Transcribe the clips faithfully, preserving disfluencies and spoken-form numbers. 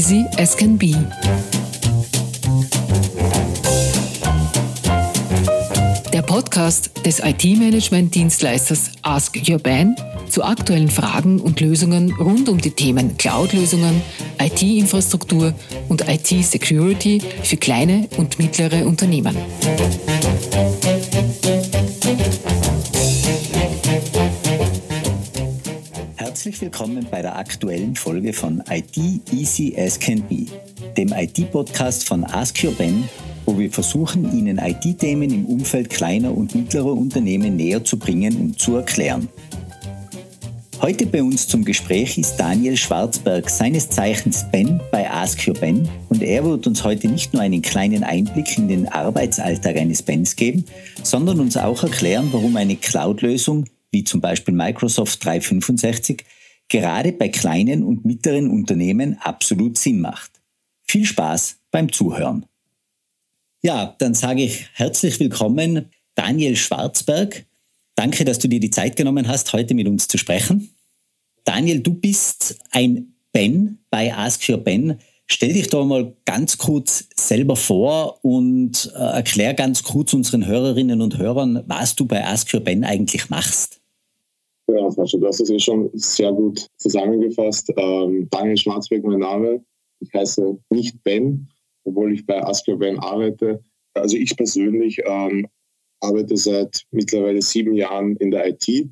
easy as can be. Der Podcast des I T-Management-Dienstleisters Ask Your Ben zu aktuellen Fragen und Lösungen rund um die Themen Cloud-Lösungen, I T-Infrastruktur und I T-Security für kleine und mittlere Unternehmen. Herzlich willkommen bei der aktuellen Folge von I T Easy as Can Be, dem I T-Podcast von Ask Your Ben, wo wir versuchen, Ihnen I T-Themen im Umfeld kleiner und mittlerer Unternehmen näher zu bringen und zu erklären. Heute bei uns zum Gespräch ist Daniel Schwarzberg, seines Zeichens Ben bei Ask Your Ben, und er wird uns heute nicht nur einen kleinen Einblick in den Arbeitsalltag eines Bens geben, sondern uns auch erklären, warum eine Cloud-Lösung, wie zum Beispiel Microsoft dreihundertfünfundsechzig, gerade bei kleinen und mittleren Unternehmen absolut Sinn macht. Viel Spaß beim Zuhören. Ja, dann sage ich herzlich willkommen, Daniel Schwarzberg. Danke, dass du dir die Zeit genommen hast, heute mit uns zu sprechen. Daniel, du bist ein Ben bei Ask Your Ben. Stell dich doch mal ganz kurz selber vor und äh, erklär ganz kurz unseren Hörerinnen und Hörern, was du bei Ask Your Ben eigentlich machst. Ja, Sascha, du hast das eh schon sehr gut zusammengefasst. Ähm, Daniel Schwarzberg, mein Name. Ich heiße nicht Ben, obwohl ich bei Ask Your Ben arbeite. Also ich persönlich ähm, arbeite seit mittlerweile sieben Jahren in der I T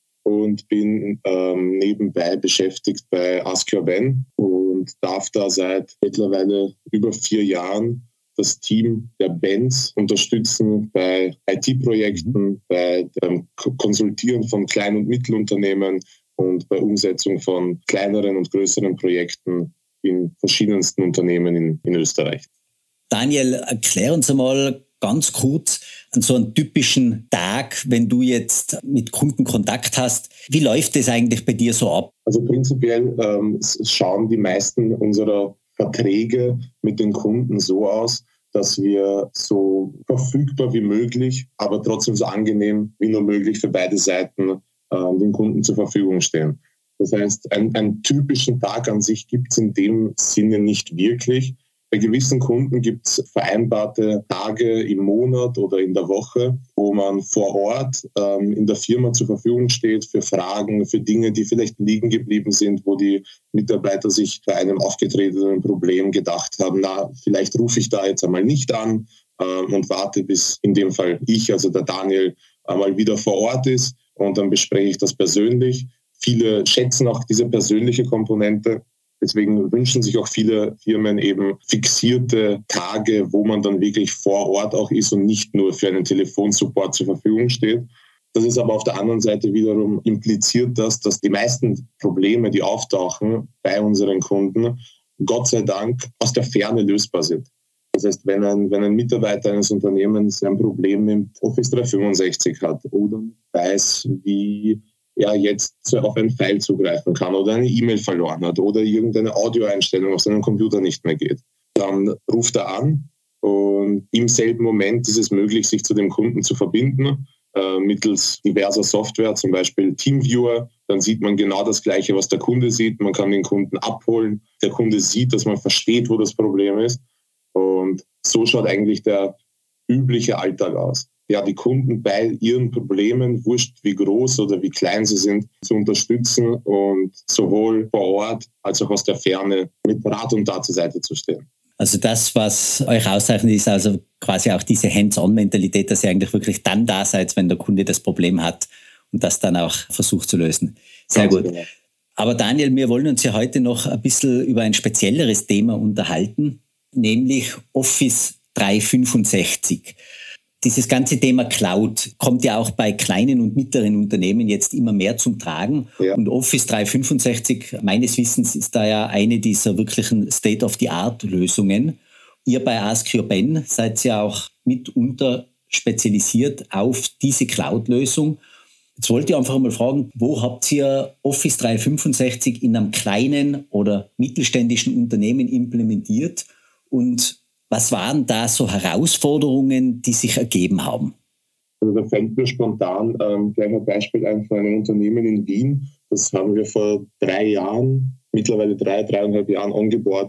und bin ähm, nebenbei beschäftigt bei Ask Your Ben und darf da seit mittlerweile über vier Jahren das Team der Bens unterstützen bei I T-Projekten, bei dem Konsultieren von Klein- und Mittelunternehmen und bei Umsetzung von kleineren und größeren Projekten in verschiedensten Unternehmen in, in Österreich. Daniel, erklär uns einmal ganz kurz an so einen typischen Tag, wenn du jetzt mit Kunden Kontakt hast. Wie läuft das eigentlich bei dir so ab? Also prinzipiell ähm, schauen die meisten unserer Verträge mit den Kunden so aus, dass wir so verfügbar wie möglich, aber trotzdem so angenehm wie nur möglich für beide Seiten äh, den Kunden zur Verfügung stehen. Das heißt, ein, einen typischen Tag an sich gibt es in dem Sinne nicht wirklich. Bei gewissen Kunden gibt es vereinbarte Tage im Monat oder in der Woche, wo man vor Ort ähm, in der Firma zur Verfügung steht für Fragen, für Dinge, die vielleicht liegen geblieben sind, wo die Mitarbeiter sich bei einem aufgetretenen Problem gedacht haben, na, vielleicht rufe ich da jetzt einmal nicht an ähm, und warte, bis in dem Fall ich, also der Daniel, einmal wieder vor Ort ist, und dann bespreche ich das persönlich. Viele schätzen auch diese persönliche Komponente. Deswegen wünschen sich auch viele Firmen eben fixierte Tage, wo man dann wirklich vor Ort auch ist und nicht nur für einen Telefonsupport zur Verfügung steht. Das ist aber auf der anderen Seite wiederum impliziert das, dass die meisten Probleme, die auftauchen bei unseren Kunden, Gott sei Dank aus der Ferne lösbar sind. Das heißt, wenn ein, wenn ein Mitarbeiter eines Unternehmens ein Problem mit Office dreihundertfünfundsechzig hat oder weiß, wie ja jetzt auf ein File zugreifen kann oder eine E-Mail verloren hat oder irgendeine Audioeinstellung auf seinem Computer nicht mehr geht, dann ruft er an und im selben Moment ist es möglich, sich zu dem Kunden zu verbinden, äh, mittels diverser Software, zum Beispiel TeamViewer. Dann sieht man genau das Gleiche, was der Kunde sieht. Man kann den Kunden abholen. Der Kunde sieht, dass man versteht, wo das Problem ist. Und so schaut eigentlich der übliche Alltag aus. Ja, die Kunden bei ihren Problemen, wurscht wie groß oder wie klein sie sind, zu unterstützen und sowohl vor Ort als auch aus der Ferne mit Rat und Tat zur Seite zu stehen. Also das, was euch auszeichnet, ist also quasi auch diese Hands-on-Mentalität, dass ihr eigentlich wirklich dann da seid, wenn der Kunde das Problem hat und das dann auch versucht zu lösen. Sehr Ganz gut. Genau. Aber Daniel, wir wollen uns ja heute noch ein bisschen über ein spezielleres Thema unterhalten, nämlich Office dreihundertfünfundsechzig. Dieses ganze Thema Cloud kommt ja auch bei kleinen und mittleren Unternehmen jetzt immer mehr zum Tragen. Ja. Und Office dreihundertfünfundsechzig, meines Wissens, ist da ja eine dieser wirklichen State-of-the-Art-Lösungen. Ihr bei Ask Your Ben seid ja auch mitunter spezialisiert auf diese Cloud-Lösung. Jetzt wollte ich einfach mal fragen, wo habt ihr Office dreihundertfünfundsechzig in einem kleinen oder mittelständischen Unternehmen implementiert und was waren da so Herausforderungen, die sich ergeben haben? Also da fällt mir spontan ähm, gleich ein Beispiel ein von einem Unternehmen in Wien. Das haben wir vor drei Jahren, mittlerweile drei, dreieinhalb Jahren ongeboardet.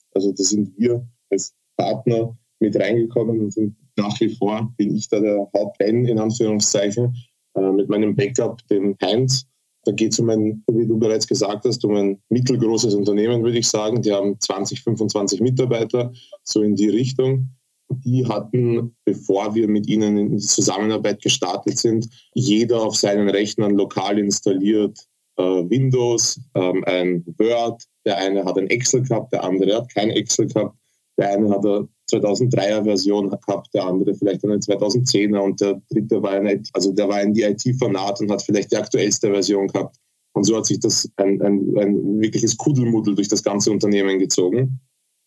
Also da sind wir als Partner mit reingekommen und sind nach wie vor, bin ich da der Haupt-N in Anführungszeichen, äh, mit meinem Backup, dem Heinz. Da geht es um ein, wie du bereits gesagt hast, um ein mittelgroßes Unternehmen, würde ich sagen. Die haben zwanzig, fünfundzwanzig Mitarbeiter, so in die Richtung. Die hatten, bevor wir mit ihnen in die Zusammenarbeit gestartet sind, jeder auf seinen Rechnern lokal installiert äh, Windows, ähm, ein Word. Der eine hat ein Excel gehabt, der andere hat kein Excel gehabt. Der eine hat eine zweitausenddreier Version gehabt, der andere vielleicht eine zweitausendzehner und der dritte war eine, also der war in die I T-Fanat und hat vielleicht die aktuellste Version gehabt. Und so hat sich das ein, ein, ein wirkliches Kuddelmuddel durch das ganze Unternehmen gezogen.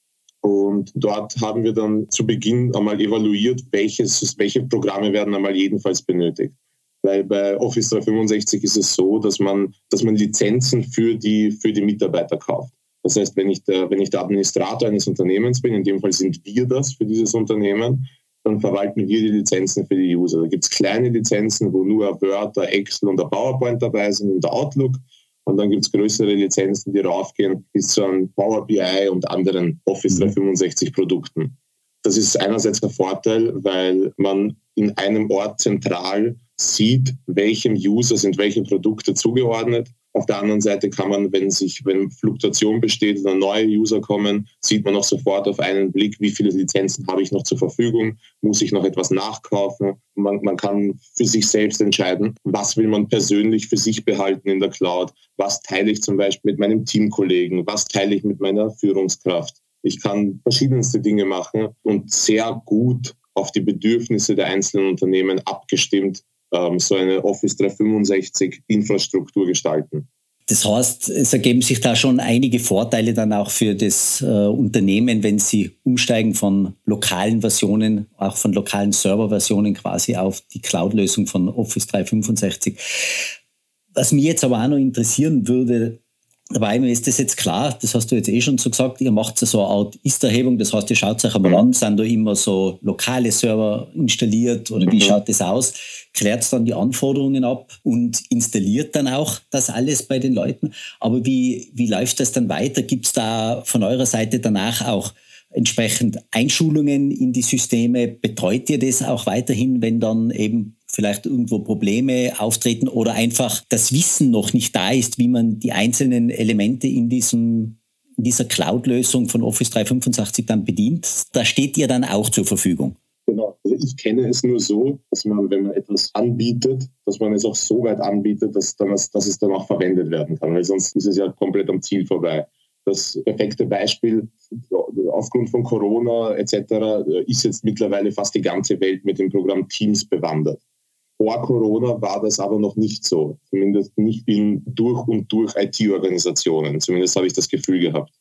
Und dort haben wir dann zu Beginn einmal evaluiert, welches, welche Programme werden einmal jedenfalls benötigt. Weil bei Office dreihundertfünfundsechzig ist es so, dass man, dass man Lizenzen für die, für die Mitarbeiter kauft. Das heißt, wenn ich, der, wenn ich der Administrator eines Unternehmens bin, in dem Fall sind wir das für dieses Unternehmen, dann verwalten wir die Lizenzen für die User. Da gibt es kleine Lizenzen, wo nur ein Word, ein Excel und ein PowerPoint dabei sind und der Outlook. Und dann gibt es größere Lizenzen, die raufgehen bis zu einem Power B I und anderen Office dreihundertfünfundsechzig Produkten. Das ist einerseits ein Vorteil, weil man in einem Ort zentral sieht, welchem User sind welche Produkte zugeordnet. Auf der anderen Seite kann man, wenn sich, wenn Fluktuation besteht oder neue User kommen, sieht man auch sofort auf einen Blick, wie viele Lizenzen habe ich noch zur Verfügung, muss ich noch etwas nachkaufen. Man, man kann für sich selbst entscheiden, was will man persönlich für sich behalten in der Cloud, was teile ich zum Beispiel mit meinem Teamkollegen, was teile ich mit meiner Führungskraft. Ich kann verschiedenste Dinge machen und sehr gut auf die Bedürfnisse der einzelnen Unternehmen abgestimmt so eine Office dreihundertfünfundsechzig Infrastruktur gestalten. Das heißt, es ergeben sich da schon einige Vorteile dann auch für das äh, Unternehmen, wenn sie umsteigen von lokalen Versionen, auch von lokalen Serverversionen quasi auf die Cloud-Lösung von Office dreihundertfünfundsechzig. Was mich jetzt aber auch noch interessieren würde, dabei mir ist das jetzt klar, das hast du jetzt eh schon so gesagt, ihr macht so eine Art Ist-Erhebung, das heißt, ihr schaut euch einmal an, sind da immer so lokale Server installiert oder wie schaut das aus? Klärt dann die Anforderungen ab und installiert dann auch das alles bei den Leuten. Aber wie, wie läuft das dann weiter? Gibt es da von eurer Seite danach auch entsprechend Einschulungen in die Systeme? Betreut ihr das auch weiterhin, wenn dann eben vielleicht irgendwo Probleme auftreten oder einfach das Wissen noch nicht da ist, wie man die einzelnen Elemente in diesem in dieser Cloud-Lösung von Office dreihundertfünfundsechzig dann bedient? Da steht ihr dann auch zur Verfügung. Genau. Also ich kenne es nur so, dass man, wenn man etwas anbietet, dass man es auch so weit anbietet, dass, dann, dass es dann auch verwendet werden kann, weil sonst ist es ja komplett am Ziel vorbei. Das perfekte Beispiel, aufgrund von Corona et cetera ist jetzt mittlerweile fast die ganze Welt mit dem Programm Teams bewandert. Vor Corona war das aber noch nicht so, zumindest nicht in durch und durch I T-Organisationen, zumindest habe ich das Gefühl gehabt.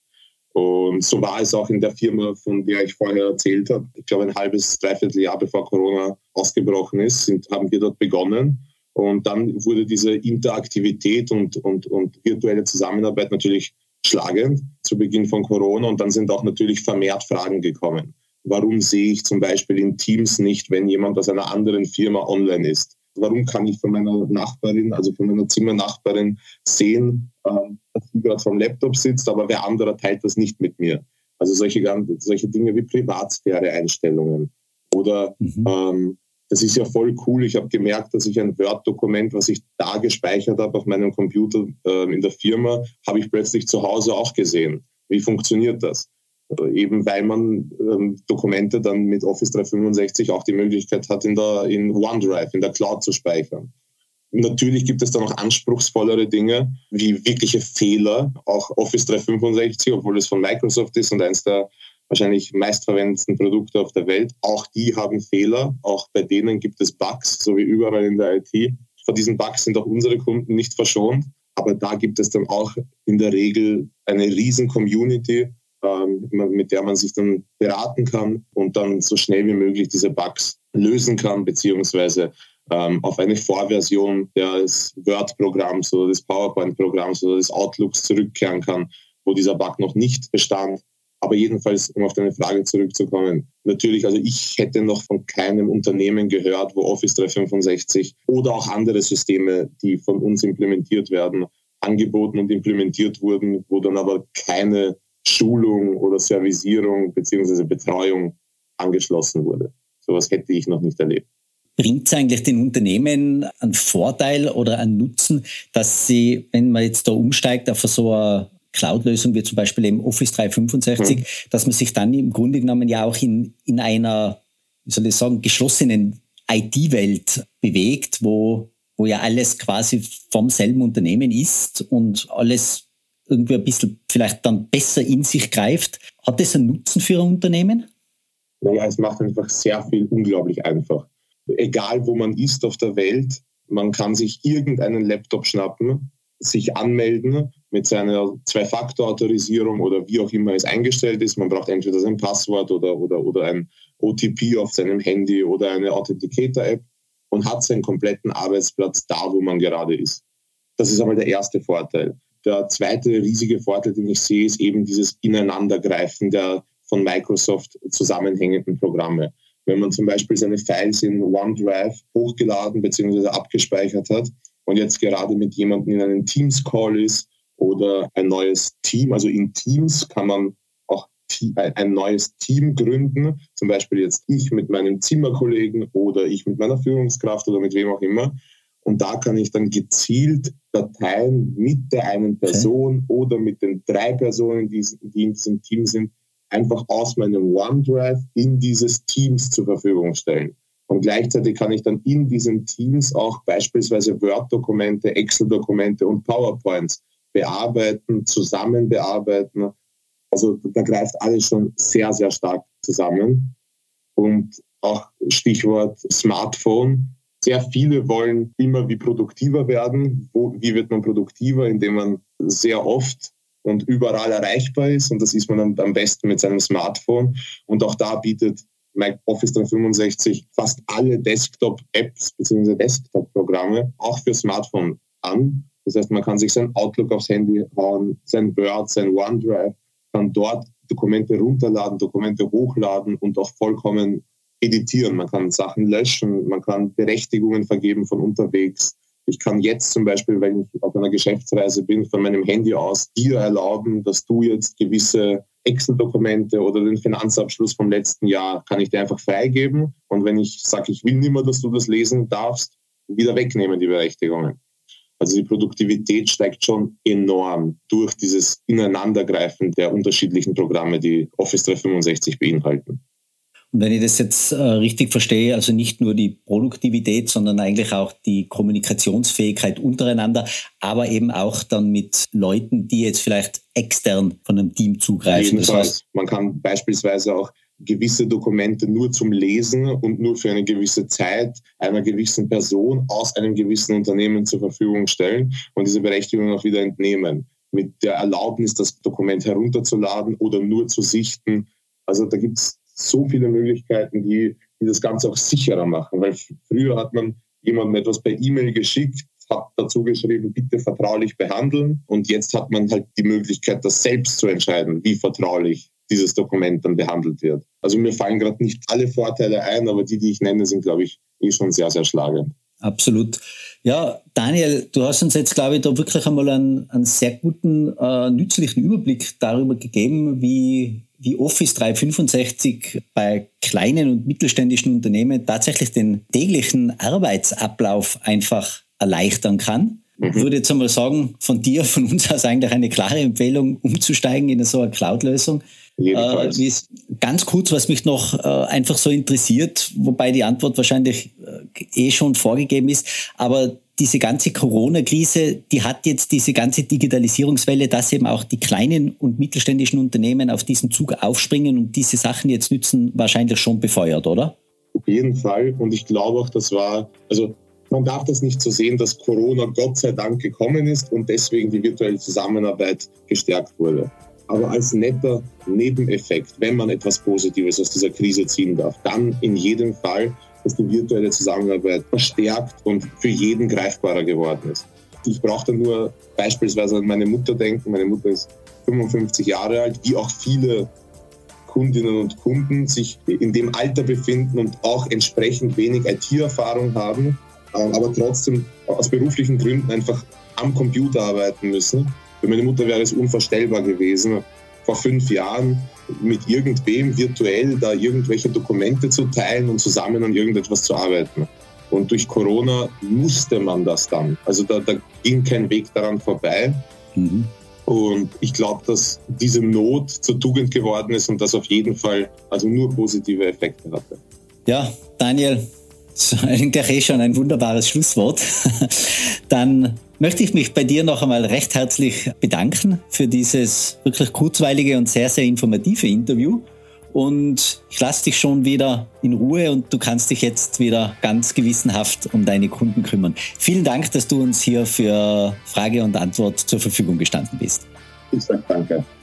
Und so war es auch in der Firma, von der ich vorher erzählt habe. Ich glaube, ein halbes, dreiviertel Jahr bevor Corona ausgebrochen ist, sind, haben wir dort begonnen. Und dann wurde diese Interaktivität und, und, und virtuelle Zusammenarbeit natürlich schlagend zu Beginn von Corona. Und dann sind auch natürlich vermehrt Fragen gekommen. Warum sehe ich zum Beispiel in Teams nicht, wenn jemand aus einer anderen Firma online ist? Warum kann ich von meiner Nachbarin, also von meiner Zimmernachbarin sehen, dass sie gerade vom Laptop sitzt, aber wer anderer teilt das nicht mit mir? Also solche, solche Dinge wie Privatsphäre-Einstellungen. Oder mhm. ähm, das ist ja voll cool. Ich habe gemerkt, dass ich ein Word-Dokument, was ich da gespeichert habe auf meinem Computer äh, in der Firma, habe ich plötzlich zu Hause auch gesehen. Wie funktioniert das? Eben weil man ähm, Dokumente dann mit Office dreihundertfünfundsechzig auch die Möglichkeit hat, in der in OneDrive, in der Cloud zu speichern. Natürlich gibt es da noch anspruchsvollere Dinge, wie wirkliche Fehler. Auch Office dreihundertfünfundsechzig, obwohl es von Microsoft ist und eines der wahrscheinlich meistverwendetsten Produkte auf der Welt, auch die haben Fehler. Auch bei denen gibt es Bugs, so wie überall in der I T. Vor diesen Bugs sind auch unsere Kunden nicht verschont. Aber da gibt es dann auch in der Regel eine riesen Community, mit der man sich dann beraten kann und dann so schnell wie möglich diese Bugs lösen kann, beziehungsweise ähm, auf eine Vorversion des Word-Programms oder des PowerPoint-Programms oder des Outlooks zurückkehren kann, wo dieser Bug noch nicht bestand. Aber jedenfalls, um auf deine Frage zurückzukommen, natürlich, also ich hätte noch von keinem Unternehmen gehört, wo Office dreihundertfünfundsechzig oder auch andere Systeme, die von uns implementiert werden, angeboten und implementiert wurden, wo dann aber keine Schulung oder Servicierung bzw. Betreuung angeschlossen wurde. Sowas hätte ich noch nicht erlebt. Bringt es eigentlich den Unternehmen einen Vorteil oder einen Nutzen, dass sie, wenn man jetzt da umsteigt auf so eine Cloud-Lösung wie zum Beispiel eben Office dreihundertfünfundsechzig, mhm. dass man sich dann im Grunde genommen ja auch in, in einer, wie soll ich sagen, geschlossenen I T-Welt bewegt, wo, wo ja alles quasi vom selben Unternehmen ist und alles irgendwie ein bisschen vielleicht dann besser in sich greift. Hat das einen Nutzen für ein Unternehmen? Naja, es macht einfach sehr viel unglaublich einfach. Egal, wo man ist auf der Welt, man kann sich irgendeinen Laptop schnappen, sich anmelden mit seiner Zwei-Faktor-Autorisierung oder wie auch immer es eingestellt ist. Man braucht entweder sein Passwort oder, oder, oder ein O T P auf seinem Handy oder eine Authenticator-App und hat seinen kompletten Arbeitsplatz da, wo man gerade ist. Das ist einmal der erste Vorteil. Der zweite riesige Vorteil, den ich sehe, ist eben dieses Ineinandergreifen der von Microsoft zusammenhängenden Programme. Wenn man zum Beispiel seine Files in OneDrive hochgeladen bzw. abgespeichert hat und jetzt gerade mit jemandem in einem Teams-Call ist oder ein neues Team, also in Teams kann man auch ein neues Team gründen, zum Beispiel jetzt ich mit meinem Zimmerkollegen oder ich mit meiner Führungskraft oder mit wem auch immer. Und da kann ich dann gezielt Dateien mit der einen Person okay. oder mit den drei Personen, die, die in diesem Team sind, einfach aus meinem OneDrive in dieses Teams zur Verfügung stellen. Und gleichzeitig kann ich dann in diesen Teams auch beispielsweise Word-Dokumente, Excel-Dokumente und PowerPoints bearbeiten, zusammen bearbeiten. Also da greift alles schon sehr, sehr stark zusammen. Und auch Stichwort Smartphone. Sehr viele wollen immer wie produktiver werden. Wo, wie wird man produktiver? Indem man sehr oft und überall erreichbar ist. Und das ist man am besten mit seinem Smartphone. Und auch da bietet Office dreihundertfünfundsechzig fast alle Desktop-Apps bzw. Desktop-Programme auch für Smartphone an. Das heißt, man kann sich sein Outlook aufs Handy hauen, sein Word, sein OneDrive, kann dort Dokumente runterladen, Dokumente hochladen und auch vollkommen editieren. Man kann Sachen löschen, man kann Berechtigungen vergeben von unterwegs. Ich kann jetzt zum Beispiel, wenn ich auf einer Geschäftsreise bin, von meinem Handy aus dir erlauben, dass du jetzt gewisse Excel-Dokumente oder den Finanzabschluss vom letzten Jahr, kann ich dir einfach freigeben. Und wenn ich sage, ich will nicht mehr, dass du das lesen darfst, wieder wegnehmen die Berechtigungen. Also die Produktivität steigt schon enorm durch dieses Ineinandergreifen der unterschiedlichen Programme, die Office dreihundertfünfundsechzig beinhalten. Und wenn ich das jetzt äh, richtig verstehe, also nicht nur die Produktivität, sondern eigentlich auch die Kommunikationsfähigkeit untereinander, aber eben auch dann mit Leuten, die jetzt vielleicht extern von einem Team zugreifen. Das heißt, man kann beispielsweise auch gewisse Dokumente nur zum Lesen und nur für eine gewisse Zeit einer gewissen Person aus einem gewissen Unternehmen zur Verfügung stellen und diese Berechtigung auch wieder entnehmen. Mit der Erlaubnis, das Dokument herunterzuladen oder nur zu sichten. Also da gibt es so viele Möglichkeiten, die, die das Ganze auch sicherer machen. Weil früher hat man jemandem etwas per E-Mail geschickt, hat dazu geschrieben, bitte vertraulich behandeln. Und jetzt hat man halt die Möglichkeit, das selbst zu entscheiden, wie vertraulich dieses Dokument dann behandelt wird. Also mir fallen gerade nicht alle Vorteile ein, aber die, die ich nenne, sind, glaube ich, eh schon sehr, sehr schlagend. Absolut. Ja, Daniel, du hast uns jetzt, glaube ich, da wirklich einmal einen, einen sehr guten, äh, nützlichen Überblick darüber gegeben, wie, wie Office dreihundertfünfundsechzig bei kleinen und mittelständischen Unternehmen tatsächlich den täglichen Arbeitsablauf einfach erleichtern kann. Ich würde jetzt einmal sagen, von dir, von uns aus eigentlich eine klare Empfehlung, umzusteigen in so eine Cloud-Lösung. Äh, wie ist, ganz kurz, was mich noch äh, einfach so interessiert, wobei die Antwort wahrscheinlich äh, eh schon vorgegeben ist, aber diese ganze Corona-Krise, die hat jetzt diese ganze Digitalisierungswelle, dass eben auch die kleinen und mittelständischen Unternehmen auf diesen Zug aufspringen und diese Sachen jetzt nützen, wahrscheinlich schon befeuert, oder? Auf jeden Fall. Und ich glaube auch, das war, also man darf das nicht so sehen, dass Corona Gott sei Dank gekommen ist und deswegen die virtuelle Zusammenarbeit gestärkt wurde. Aber als netter Nebeneffekt, wenn man etwas Positives aus dieser Krise ziehen darf, dann in jedem Fall, dass die virtuelle Zusammenarbeit verstärkt und für jeden greifbarer geworden ist. Ich brauche da nur beispielsweise an meine Mutter denken. Meine Mutter ist fünfundfünfzig Jahre alt, wie auch viele Kundinnen und Kunden sich in dem Alter befinden und auch entsprechend wenig I T-Erfahrung haben, aber trotzdem aus beruflichen Gründen einfach am Computer arbeiten müssen. Für meine Mutter wäre es unvorstellbar gewesen, vor fünf Jahren mit irgendwem virtuell da irgendwelche Dokumente zu teilen und zusammen an irgendetwas zu arbeiten. Und durch Corona musste man das dann. Also da, da ging kein Weg daran vorbei. Mhm. Und ich glaube, dass diese Not zur Tugend geworden ist und das auf jeden Fall also nur positive Effekte hatte. Ja, Daniel, das ist eigentlich eh schon ein wunderbares Schlusswort. Dann möchte ich mich bei dir noch einmal recht herzlich bedanken für dieses wirklich kurzweilige und sehr, sehr informative Interview. Und ich lasse dich schon wieder in Ruhe und du kannst dich jetzt wieder ganz gewissenhaft um deine Kunden kümmern. Vielen Dank, dass du uns hier für Frage und Antwort zur Verfügung gestanden bist. Ich sage danke.